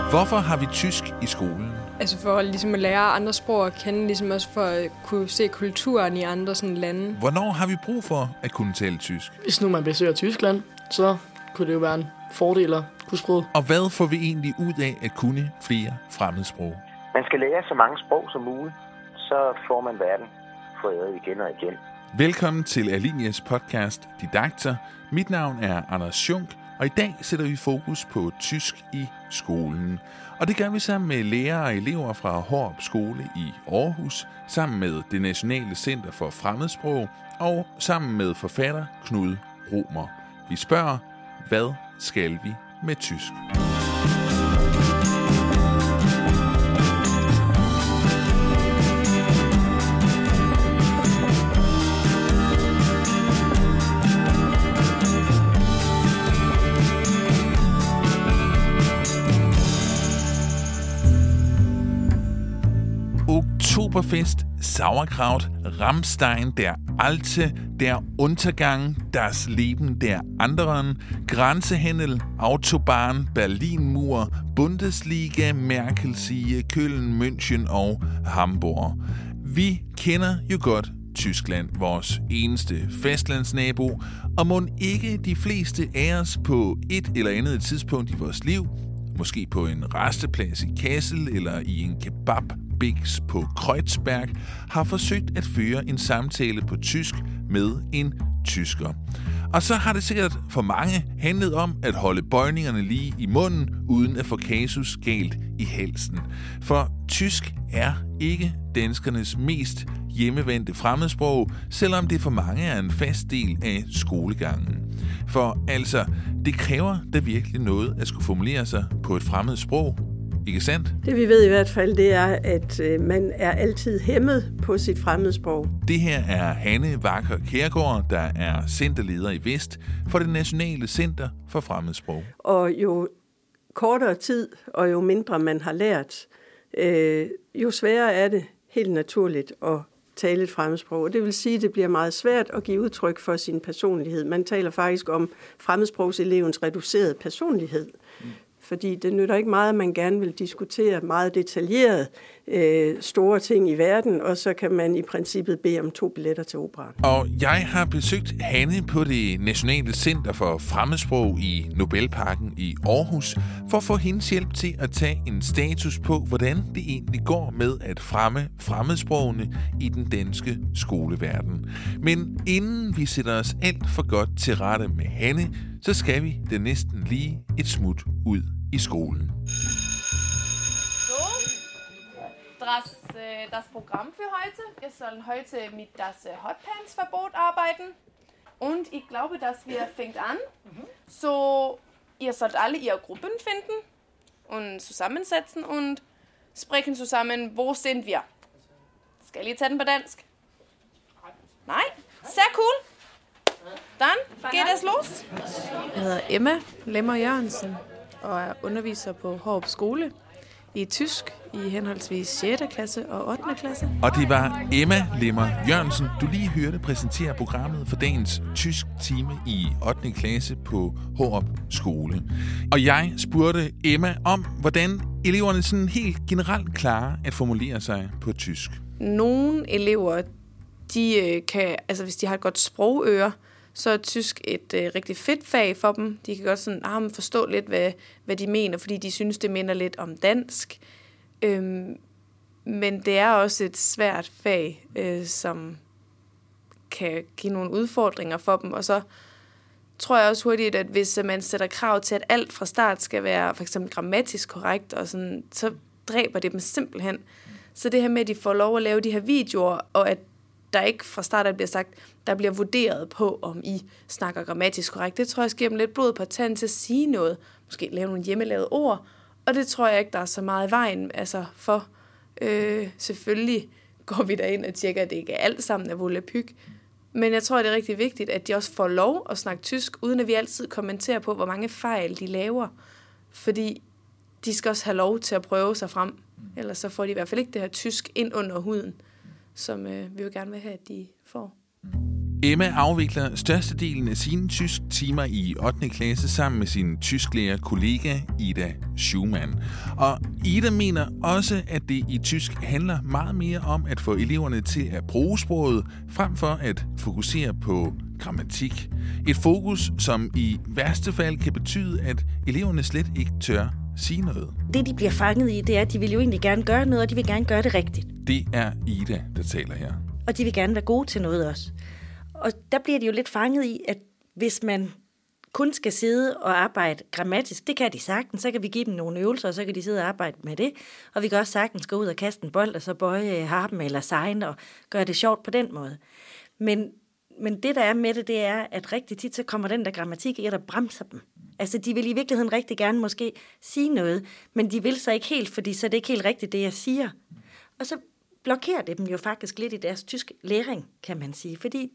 Hvorfor har vi tysk i skolen? Altså for ligesom at lære andre sprog at kende, ligesom også for at kunne se kulturen i andre sådan lande. Hvornår har vi brug for at kunne tale tysk? Hvis nu man besøger Tyskland, så kunne det jo være en fordel at kunne sproget. Og hvad får vi egentlig ud af at kunne flere fremmedsprog? Man skal lære så mange sprog som muligt, så får man verden foræret igen og igen. Velkommen til Alinias podcast Didakter. Mit navn er Anders Schunk, og i dag sætter vi fokus på tysk i skolen. Og det gør vi sammen med lærere og elever fra Hårup Skole i Aarhus, sammen med det Nationale Center for Fremmedsprog og sammen med forfatter Knud Romer. Vi spørger, hvad skal vi med tysk? Oktoberfest, Sauerkraut, Rammstein, der Alte, der Untergang, das Leben der anderen, Grænsehandel, Autobahn, Berlinmur, Bundesliga, Merkel-sige, Köln, München og Hamburg. Vi kender jo godt Tyskland, vores eneste fastlandsnabo, og mon ikke de fleste af os på et eller andet tidspunkt i vores liv, måske på en rasteplads i Kassel eller i en kebab-biks på Kreuzberg, har forsøgt at føre en samtale på tysk med en tysker. Og så har det sikkert for mange handlet om at holde bøjningerne lige i munden, uden at få kasus galt i halsen. For tysk er ikke danskernes mest hjemmevendte fremmedsprog, selvom det for mange er en fast del af skolegangen. For altså, det kræver da virkelig noget at skulle formulere sig på et fremmedsprog. Ikke sandt? Det vi ved i hvert fald, det er, at man er altid hæmmet på sit fremmedsprog. Det her er Hanne Wacker Kjærgaard, der er centerleder i Vest for det Nationale Center for Fremmedsprog. Og jo kortere tid, og jo mindre man har lært, jo sværere er det helt naturligt at tale et fremmedsprog. Og det vil sige, at det bliver meget svært at give udtryk for sin personlighed. Man taler faktisk om fremmedsprogselevens reducerede personlighed. Fordi det nytter ikke meget, at man gerne vil diskutere meget detaljeret store ting i verden, og så kan man i princippet bede om 2 billetter til operaen. Og jeg har besøgt Hanne på det Nationale Center for Fremmedsprog i Nobelparken i Aarhus, for at få hendes hjælp til at tage en status på, hvordan det egentlig går med at fremme fremmedsprogene i den danske skoleverden. Men inden vi sætter os alt for godt til rette med Hanne, så skal vi da næsten lige et smut ud i skolen. Das Programm für heute. Wir sollen heute mit das Hotpants-Verbot arbeiten. Und ich glaube, dass wir fängt an. So, ihr sollt alle ihre Gruppen finden und zusammensetzen und sprechen zusammen, wo sind wir? Skal jeg lige tage den på dansk? Nej? Sehr cool. Dann geht es los. Jeg hedder Emma Lemmer Jørgensen og er underviser på Hårup Skole i tysk i henholdsvis 6. klasse og 8. klasse. Og det var Emma Lemmer Jørgensen, du lige hørte præsentere programmet for dagens tysk time i 8. klasse på Hårup Skole. Og jeg spurgte Emma om, hvordan eleverne sådan helt generelt klarer at formulere sig på tysk. Nogle elever, de kan, altså hvis de har et godt sprogøre, så er tysk et rigtig fedt fag for dem. De kan godt sådan, forstå lidt, hvad de mener, fordi de synes, det minder lidt om dansk. Men det er også et svært fag, som kan give nogle udfordringer for dem. Og så tror jeg også hurtigt, at hvis man sætter krav til, at alt fra start skal være for eksempel grammatisk korrekt, og sådan, så dræber det dem simpelthen. Så det her med, at de får lov at lave de her videoer, og at der ikke fra start bliver sagt, der bliver vurderet på, om I snakker grammatisk korrekt. Det tror jeg giver dem lidt blod på tanden til at sige noget. Måske lave nogle hjemmelavede ord. Og det tror jeg ikke, der er så meget i vejen for. Selvfølgelig går vi derind og tjekker, at det ikke er alt sammen er volapyk. Men jeg tror, det er rigtig vigtigt, at de også får lov at snakke tysk, uden at vi altid kommenterer på, hvor mange fejl de laver. Fordi de skal også have lov til at prøve sig frem. Ellers så får de i hvert fald ikke det her tysk ind under huden, som vi jo gerne vil have, at de får. Emma afvikler størstedelen af sine tysk timer i 8. klasse sammen med sin tysklærer kollega Ida Schumann. Og Ida mener også, at det i tysk handler meget mere om at få eleverne til at bruge sproget, frem for at fokusere på grammatik. Et fokus, som i værste fald kan betyde, at eleverne slet ikke tør sige noget. Det, de bliver fanget i, det er, at de vil jo egentlig gerne gøre noget, og de vil gerne gøre det rigtigt. Det er Ida, der taler her. Og de vil gerne være gode til noget også. Og der bliver de jo lidt fanget i, at hvis man kun skal sidde og arbejde grammatisk, det kan de sagtens, så kan vi give dem nogle øvelser, og så kan de sidde og arbejde med det. Og vi kan også sagtens gå ud og kaste en bold, og så bøje harpen eller sejne, og gøre det sjovt på den måde. Men det, der er med det er, at rigtig tit, så kommer den der grammatik i, der bremser dem. Altså, de vil i virkeligheden rigtig gerne måske sige noget, men de vil så ikke helt, fordi så er det ikke helt rigtigt, det jeg siger. Og så blokerer det dem jo faktisk lidt i deres tysk læring, kan man sige. Fordi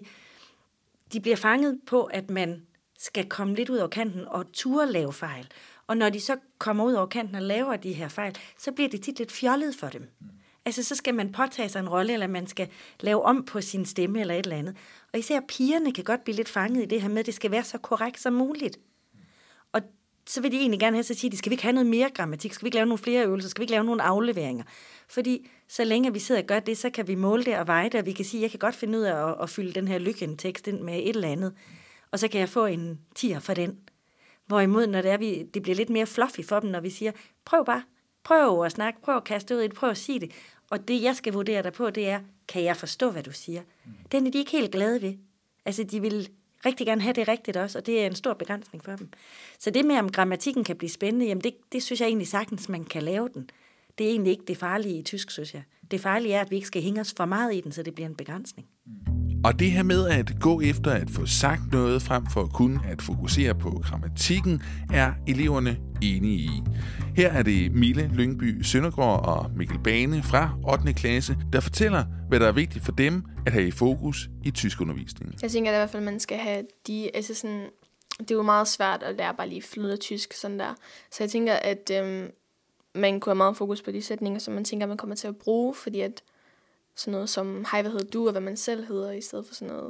de bliver fanget på, at man skal komme lidt ud over kanten og turde lave fejl. Og når de så kommer ud over kanten og laver de her fejl, så bliver det tit lidt fjollet for dem. Altså, så skal man påtage sig en rolle, eller man skal lave om på sin stemme eller et eller andet. Og især pigerne kan godt blive lidt fanget i det her med, at det skal være så korrekt som muligt. Og så vil de egentlig gerne have så sige, skal vi ikke have noget mere grammatik? Skal vi ikke lave nogle flere øvelser? Skal vi ikke lave nogle afleveringer? Fordi så længe vi sidder og gør det, så kan vi måle det og veje det, og vi kan sige, jeg kan godt finde ud af at fylde den her Lykken-tekst ind med et eller andet, og så kan jeg få en 10'er for den. Hvorimod, når det bliver lidt mere fluffy for dem, når vi siger, prøv at snakke, prøv at kaste ud i det, prøv at sige det. Og det, jeg skal vurdere dig på, det er, kan jeg forstå, hvad du siger? Den er de ikke helt glade ved. Altså, de vil rigtig gerne have det rigtigt også, og det er en stor begrænsning for dem. Så det med, om grammatikken kan blive spændende, jamen det synes jeg egentlig sagtens, man kan lave den. Det er egentlig ikke det farlige i tysk, synes jeg. Det farlige er, at vi ikke skal hænge os for meget i den, så det bliver en begrænsning. Og det her med at gå efter at få sagt noget, frem for kun at fokusere på grammatikken, er eleverne enige i. Her er det Mille Lyngby Søndergaard og Mikkel Bane fra 8. klasse, der fortæller, hvad der er vigtigt for dem at have i fokus i tyskundervisningen. Jeg tænker at i hvert fald, at man skal have det er jo meget svært at lære bare lige flydende tysk, sådan der. Så jeg tænker, at man kunne have meget fokus på de sætninger, som man tænker, man kommer til at bruge, fordi at sådan noget som, hej, hvad hedder du, og hvad man selv hedder, i stedet for sådan noget,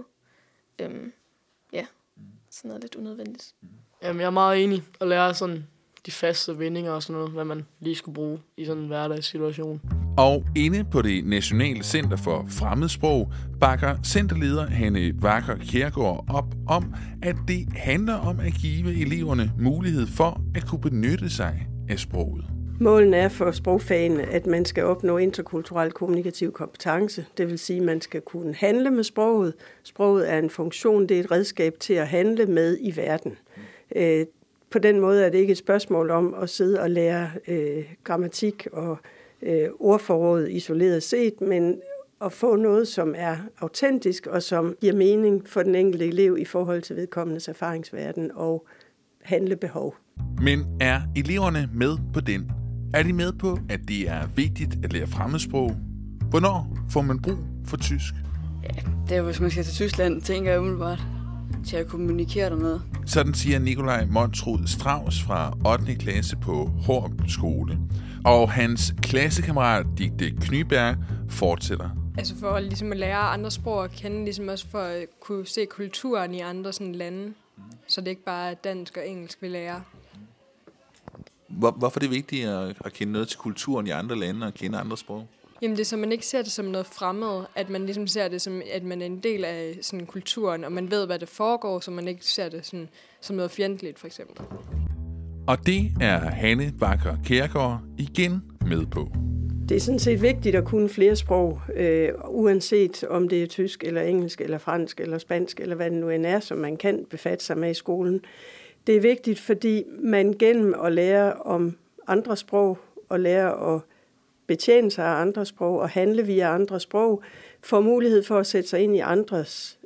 sådan noget lidt unødvendigt. Jamen, jeg er meget enig at lære sådan de faste vendinger og sådan noget, hvad man lige skulle bruge i sådan en hverdagssituation. Og inde på det Nationale Center for Fremmedsprog bakker centerleder Hanne Wacker Kjærgaard op om, at det handler om at give eleverne mulighed for at kunne benytte sig af sproget. Målen er for sprogfagene, at man skal opnå interkulturel kommunikativ kompetence. Det vil sige, at man skal kunne handle med sproget. Sproget er en funktion, det er et redskab til at handle med i verden. På den måde er det ikke et spørgsmål om at sidde og lære grammatik og ordforråd isoleret set, men at få noget, som er autentisk og som giver mening for den enkelte elev i forhold til vedkommendes erfaringsverden og handlebehov. Men er eleverne med på den? Er de med på, at det er vigtigt at lære fremmedsprog? Hvornår får man brug for tysk? Ja, det er hvis man skal til Tyskland, tænker jeg umiddelbart, til at kommunikere dernede. Sådan siger Nikolaj Montrud Strauss fra 8. klasse på Hårup Skole. Og hans klassekammerat Dicte Knyberg fortsætter. Altså for ligesom at lære andre sprog at kende, ligesom også for at kunne se kulturen i andre sådan lande. Så det er ikke bare dansk og engelsk, vi lærer. Hvorfor er det vigtigt at kende noget til kulturen i andre lande og kende andre sprog? Jamen det er så, man ikke ser det som noget fremmed, at man ligesom ser det som, at man er en del af sådan kulturen, og man ved, hvad det foregår, så man ikke ser det sådan, som noget fjendtligt, for eksempel. Og det er Hanne Wacker Kjærgaard igen med på. Det er sådan set vigtigt at kunne flere sprog, uanset om det er tysk eller engelsk eller fransk eller spansk eller hvad det nu end er, som man kan befatte sig med i skolen. Det er vigtigt, fordi man gennem at lære om andre sprog og lære at betjene sig af andre sprog og handle via andre sprog, får mulighed for at sætte sig ind i andres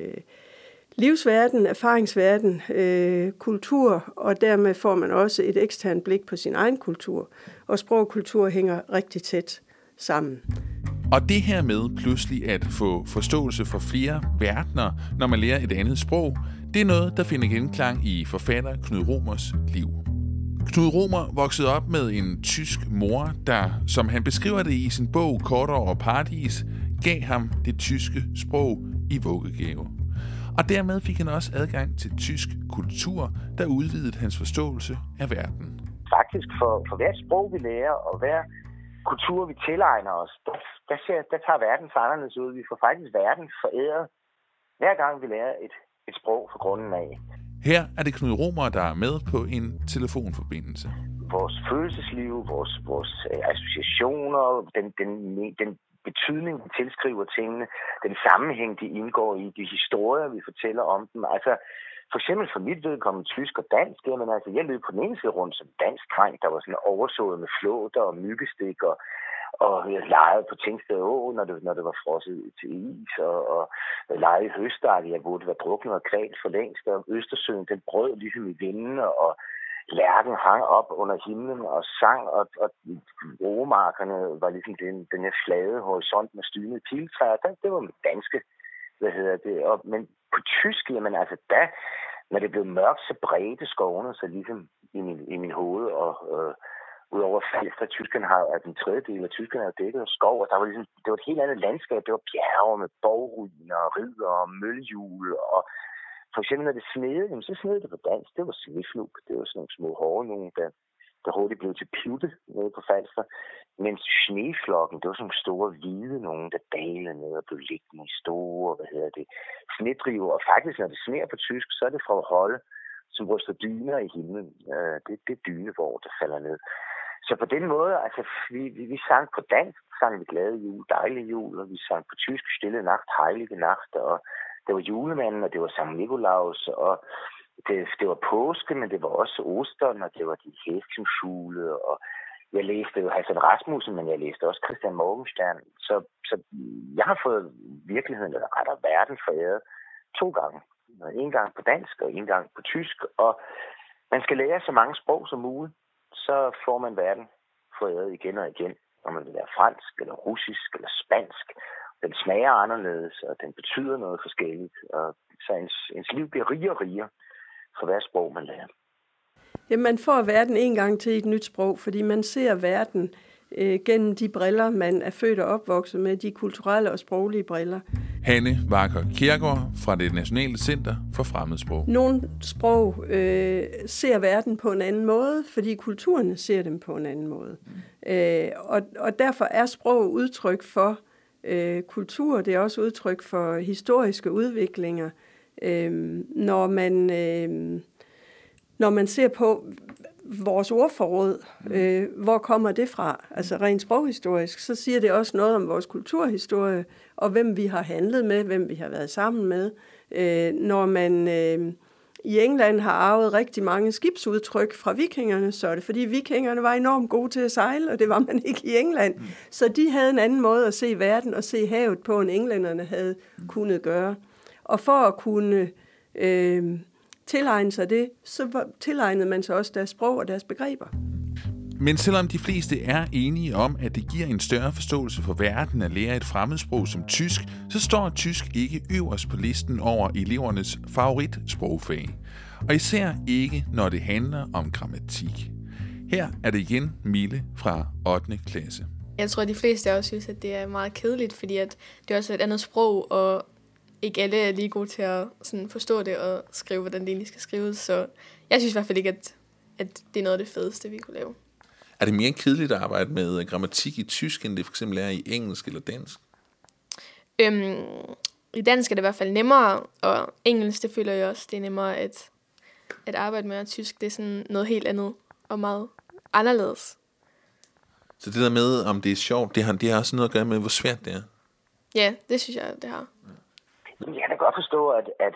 livsverden, erfaringsverden, kultur, og dermed får man også et eksternt blik på sin egen kultur. Og sprog og kultur hænger rigtig tæt sammen. Og det her med pludselig at få forståelse for flere verdener, når man lærer et andet sprog, det er noget, der finder genklang i forfatter Knud Romers liv. Knud Romer voksede op med en tysk mor, der, som han beskriver det i sin bog Kortere og Paradis, gav ham det tyske sprog i vuggegave. Og dermed fik han også adgang til tysk kultur, der udvidede hans forståelse af verden. Faktisk for hvert sprog, vi lærer, og hver kultur, vi tilegner os, der tager verden så anderledes ud. Vi får faktisk verden foræret, hver gang vi lærer et sprog fra grunden af. Her er det Knud Romer, der er med på en telefonforbindelse. Vores følelsesliv, vores associationer, den betydning, vi tilskriver tingene, den sammenhæng, de indgår i, de historier, vi fortæller om dem. Altså, for eksempel for mit vedkommende tysk og dansk, jamen altså, jeg løb på den ene side rundt som dansk dreng, der var sådan oversået med flåter og myggestik, og jeg legede på Tingsted Å, når det var frosset til is, og legede i høstak, jeg burde være druknet og grædt for længst, og Østersøen, den brød ligesom i vinden, og lærken hang op under himlen og sang, og roemarkerne var ligesom den her flade horisont med stynede piltræer. Det var mit danske, men på tysk, jamen altså, når det blev mørkt, så bredte skovene sig ligesom i min hoved, og udover Falster, Tyskland har, at den tredjedel af Tyskland er dækket af skov, og det var et helt andet landskab. Det var bjerge med borgruiner, ridder og møllehjul, og for eksempel, når det snede, så snede det på dansk. Det var sneflug. Det var sådan nogle små hårde nogen, der hurtigt blev til plutte nede på Falster. Mens sneflokken, det var sådan nogle store hvide nogen, der dalede ned og blev liggende i store, snedriver. Og faktisk, når det sneer på tysk, så er det fra Holde, som ryster dyner i himlen. Det er dynevår, der falder ned. Så på den måde, altså, vi sang på dansk, sang vi glade jul, dejlig jul, og vi sang på tysk, stille nacht, heilige nacht, og det var julemanden, og det var Sankt Nikolaus, og det var påske, men det var også Ostern, og det var de Hæftenschule, og jeg læste jo Hassan Rasmussen, men jeg læste også Christian Morgenstern. Så jeg har fået virkeligheden, eller rettere verden foræret 2 gange. En gang på dansk, og en gang på tysk, og man skal lære så mange sprog som muligt, så får man verden foræret igen og igen, om man vil være fransk, eller russisk, eller spansk. Den smager anderledes, og den betyder noget forskelligt. Og så ens liv bliver rigere og rigere for hver sprog, man lærer. Jamen, man får verden en gang til i et nyt sprog, fordi man ser verden gennem de briller, man er født og opvokset med, de kulturelle og sproglige briller. Hanne Wacker Kjærgaard fra det Nationale Center for Fremmedsprog. Nogle sprog ser verden på en anden måde, fordi kulturerne ser dem på en anden måde. Og derfor er sprog udtryk for kultur, det er også udtryk for historiske udviklinger. Når man ser på vores ordforråd, hvor kommer det fra? Altså rent sproghistorisk, så siger det også noget om vores kulturhistorie, og hvem vi har handlet med, hvem vi har været sammen med. Når man i England har arvet rigtig mange skibsudtryk fra vikingerne, så er det fordi vikingerne var enormt gode til at sejle, og det var man ikke i England. Så de havde en anden måde at se verden og se havet på, end englænderne havde kunnet gøre. Og for at kunne tilegne sig det, så tilegnede man sig også deres sprog og deres begreber. Men selvom de fleste er enige om, at det giver en større forståelse for verden at lære et fremmedsprog som tysk, så står tysk ikke øverst på listen over elevernes favoritsprogfag. Og især ikke, når det handler om grammatik. Her er det igen Mille fra 8. klasse. Jeg tror, at de fleste også synes, at det er meget kedeligt, fordi at det også er et andet sprog, og ikke alle er lige gode til at sådan forstå det og skrive, hvordan det egentlig skal skrives. Så jeg synes i hvert fald ikke, at det er noget af det fedeste, vi kunne lave. Er det mere kedeligt at arbejde med grammatik i tysk, end det for eksempel er i engelsk eller dansk? I dansk er det i hvert fald nemmere, og engelsk, det føler jeg også, det er nemmere at arbejde med, og tysk, det er sådan noget helt andet og meget anderledes. Så det der med, om det er sjovt, det har også noget at gøre med, hvor svært det er? Ja, det synes jeg, det har. Jeg kan da godt forstå,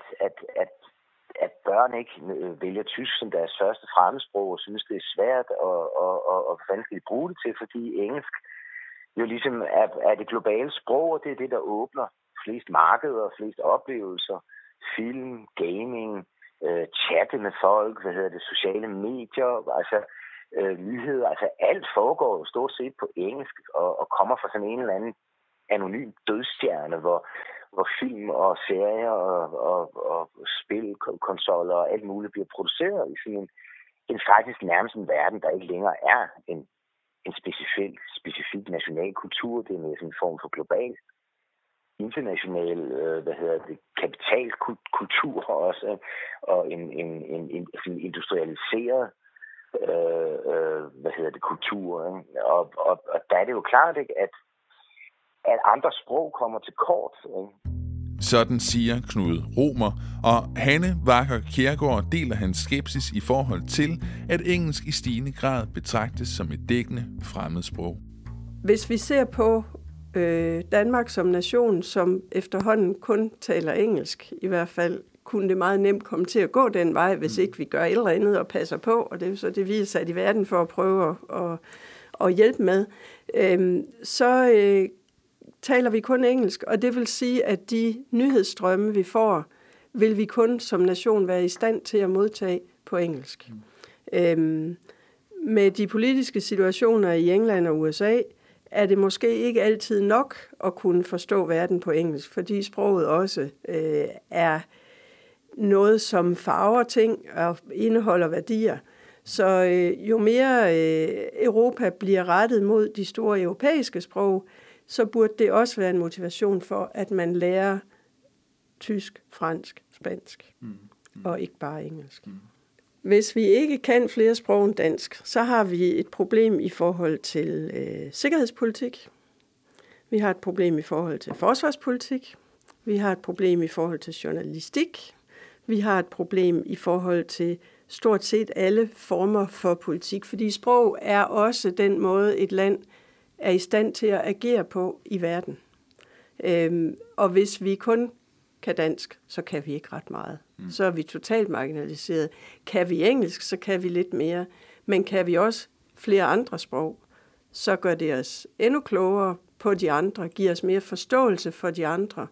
at børn ikke vælger tysk som deres første fremmedsprog og synes, det er svært, og hvad fanden skal de bruge det til, fordi engelsk jo ligesom er det globale sprog, og det er det, der åbner flest markeder, flest oplevelser, film, gaming, chatte med folk, sociale medier, altså nyheder, altså alt foregår jo stort set på engelsk, og kommer fra sådan en eller anden anonym dødsstjerne, hvor film og serier og spil, konsoller og alt muligt bliver produceret i sådan en faktisk nærmest en verden, der ikke længere er en specifik national kultur. Det er mere sådan en form for global. international, kapitalkultur også, og en industrialiseret kultur. Ikke? Og der er det jo klart, ikke, at andre sprog kommer til kort. Ikke? Sådan siger Knud Romer, og Hanne Wacker Kjærgaard deler hans skepsis i forhold til, at engelsk i stigende grad betragtes som et dækkende fremmedsprog. Hvis vi ser på Danmark som nation, som efterhånden kun taler engelsk, i hvert fald kunne det meget nemt komme til at gå den vej, hvis ikke vi gør et eller andet og passer på, og det er så det, vi er sat i verden for at prøve at hjælpe med, så taler vi kun engelsk, og det vil sige, at de nyhedsstrømme, vi får, vil vi kun som nation være i stand til at modtage på engelsk. Med de politiske situationer i England og USA, er det måske ikke altid nok at kunne forstå verden på engelsk, fordi sproget også er noget, som farver ting og indeholder værdier. Så jo mere Europa bliver rettet mod de store europæiske sprog, så burde det også være en motivation for, at man lærer tysk, fransk, spansk, og ikke bare engelsk. Hvis vi ikke kan flere sprog end dansk, så har vi et problem i forhold til sikkerhedspolitik. Vi har et problem i forhold til forsvarspolitik. Vi har et problem i forhold til journalistik. Vi har et problem i forhold til stort set alle former for politik, fordi sprog er også den måde, et land er i stand til at agere på i verden. Og hvis vi kun kan dansk, så kan vi ikke ret meget. Så er vi totalt marginaliseret. Kan vi engelsk, så kan vi lidt mere. Men kan vi også flere andre sprog, så gør det os endnu klogere på de andre, giver os mere forståelse for de andre.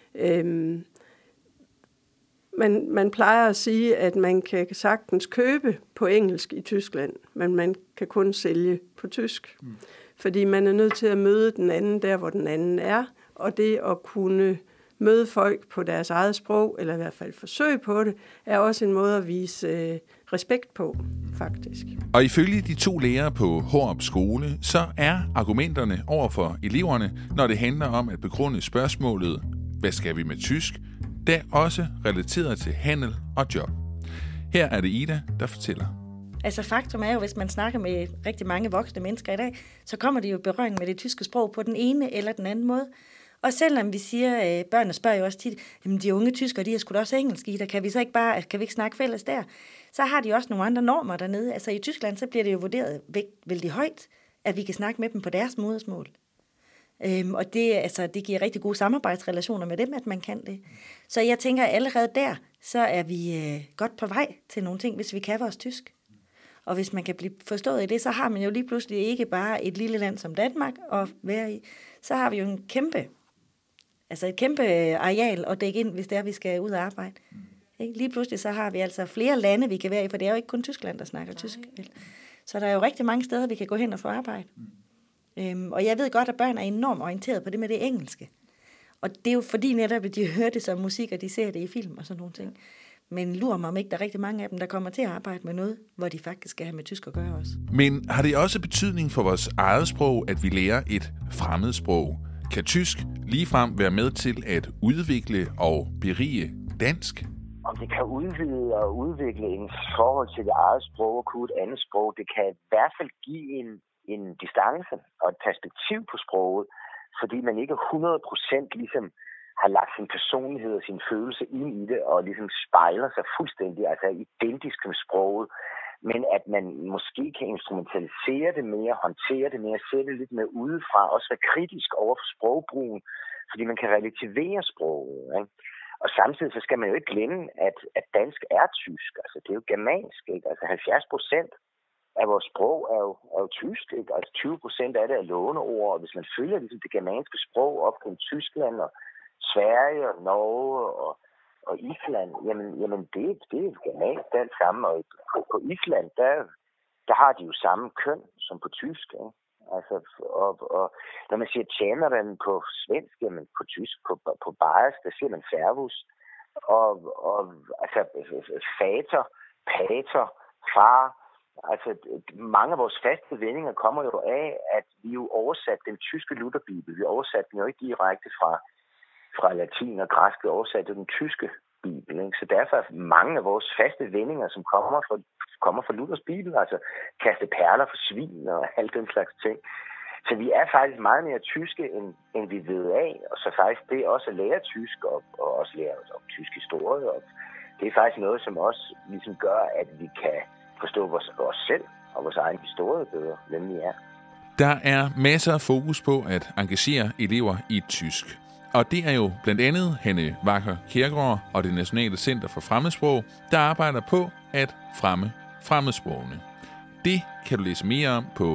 Man plejer at sige, at man kan sagtens købe på engelsk i Tyskland, men man kan kun sælge på tysk. Fordi man er nødt til at møde den anden der, hvor den anden er, og det at kunne møde folk på deres eget sprog, eller i hvert fald forsøge på det, er også en måde at vise respekt på, faktisk. Og ifølge de 2 lærere på Hårup Skole, så er argumenterne over for eleverne, når det handler om at begrunde spørgsmålet, hvad skal vi med tysk, der også relateret til handel og job. Her er det Ida, der fortæller. Altså faktum er jo, hvis man snakker med rigtig mange voksne mennesker i dag, så kommer de jo i berøring med det tyske sprog på den ene eller den anden måde. Og selvom vi siger, børnene spørger jo også tit, jamen de unge tyskere, de er sgu da også engelsk i, der kan vi så ikke bare, kan vi ikke snakke fælles der? Så har de også nogle andre normer dernede. Altså i Tyskland, så bliver det jo vurderet vældig højt, at vi kan snakke med dem på deres modersmål. Og det giver rigtig gode samarbejdsrelationer med dem, at man kan det. Så jeg tænker, at allerede der, så er vi godt på vej til nogle ting, hvis vi kan vores tysk. Og hvis man kan blive forstået i det, så har man jo lige pludselig ikke bare et lille land som Danmark at være i. Så har vi jo et kæmpe areal at dække ind, hvis det er, vi skal ud og arbejde. Ikke? Lige pludselig så har vi altså flere lande, vi kan være i, for det er jo ikke kun Tyskland, der snakker tysk. Så der er jo rigtig mange steder, vi kan gå hen og få arbejde. Og jeg ved godt, at børn er enormt orienteret på det med det engelske. Og det er jo fordi netop, at de hører det som musik, og de ser det i film og sådan nogle ting. Men lurer mig om ikke, der er rigtig mange af dem, der kommer til at arbejde med noget, hvor de faktisk skal have med tysk at gøre også. Men har det også betydning for vores eget sprog, at vi lærer et fremmedsprog? Kan tysk ligefrem være med til at udvikle og berige dansk? Om det kan udvide og udvikle en forhold til det eget sprog og kunne et andet sprog, det kan i hvert fald give en distance og et perspektiv på sproget, fordi man ikke 100% ligesom har lagt sin personlighed og sin følelse ind i det, og ligesom spejler sig fuldstændig, altså identisk med sproget, men at man måske kan instrumentalisere det mere, håndtere det mere, se det lidt mere udefra, også være kritisk over for sprogbrugen, fordi man kan relativere sproget. Ikke? Og samtidig så skal man jo ikke glemme, at dansk er tysk, altså det er jo germansk, ikke? Altså 70% af vores sprog er jo tysk, ikke? Altså 20% af det er låneord, og hvis man følger ligesom det germanske sprog op gennem Tyskland og Sverige og Norge og Island, jamen det er germansk alt sammen, og på Island, der har de jo samme køn som på tysk, ikke? Altså, og når man siger tjeneren på svensk, jamen på tysk, på bayersk, der siger man servus, og altså fater, pater, far, altså mange af vores faste vendinger kommer jo af, at vi jo oversat den tyske Lutherbibel, vi oversat den jo ikke direkte fra latin og græsk oversat til den tyske bibel. Ikke? Så derfor er mange af vores faste vendinger, som kommer fra Luthers bibel, altså kaste perler for svin og alt den slags ting. Så vi er faktisk meget mere tyske, end vi ved af. Og så faktisk det også at lære tysk og også lære om tysk historie. Og det er faktisk noget, som også ligesom gør, at vi kan forstå os selv og vores egen historie bedre, hvem vi er. Der er masser af fokus på at engagere elever i tysk. Og det er jo blandt andet Hanne Wacker Kjærgaard og det Nationale Center for Fremmedsprog, der arbejder på at fremme fremmedsprogene. Det kan du læse mere om på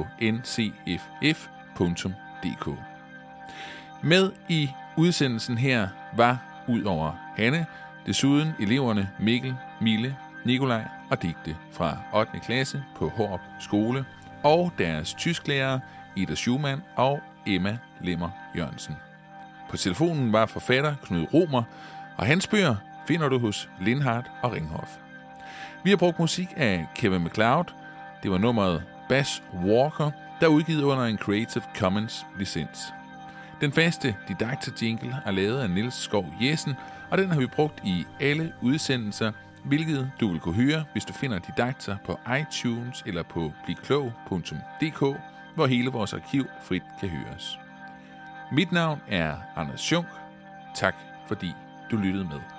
ncff.dk. Med i udsendelsen her var udover Hanne desuden eleverne Mikkel, Mille, Nikolaj og Digte fra 8. klasse på Hårup Skole og deres tysklærer Ida Schumann og Emma Lemmer Jørgensen. På telefonen var forfatter Knud Romer, og hans bøger finder du hos Lindhardt og Ringhof. Vi har brugt musik af Kevin MacLeod. Det var nummeret Bass Walker, der er udgivet under en Creative Commons licens. Den faste didakter-jingle er lavet af Niels Skov Jessen, og den har vi brugt i alle udsendelser, hvilket du vil kunne høre, hvis du finder didakter på iTunes eller på bliklog.dk, hvor hele vores arkiv frit kan høres. Mit navn er Anders Schunk. Tak fordi du lyttede med.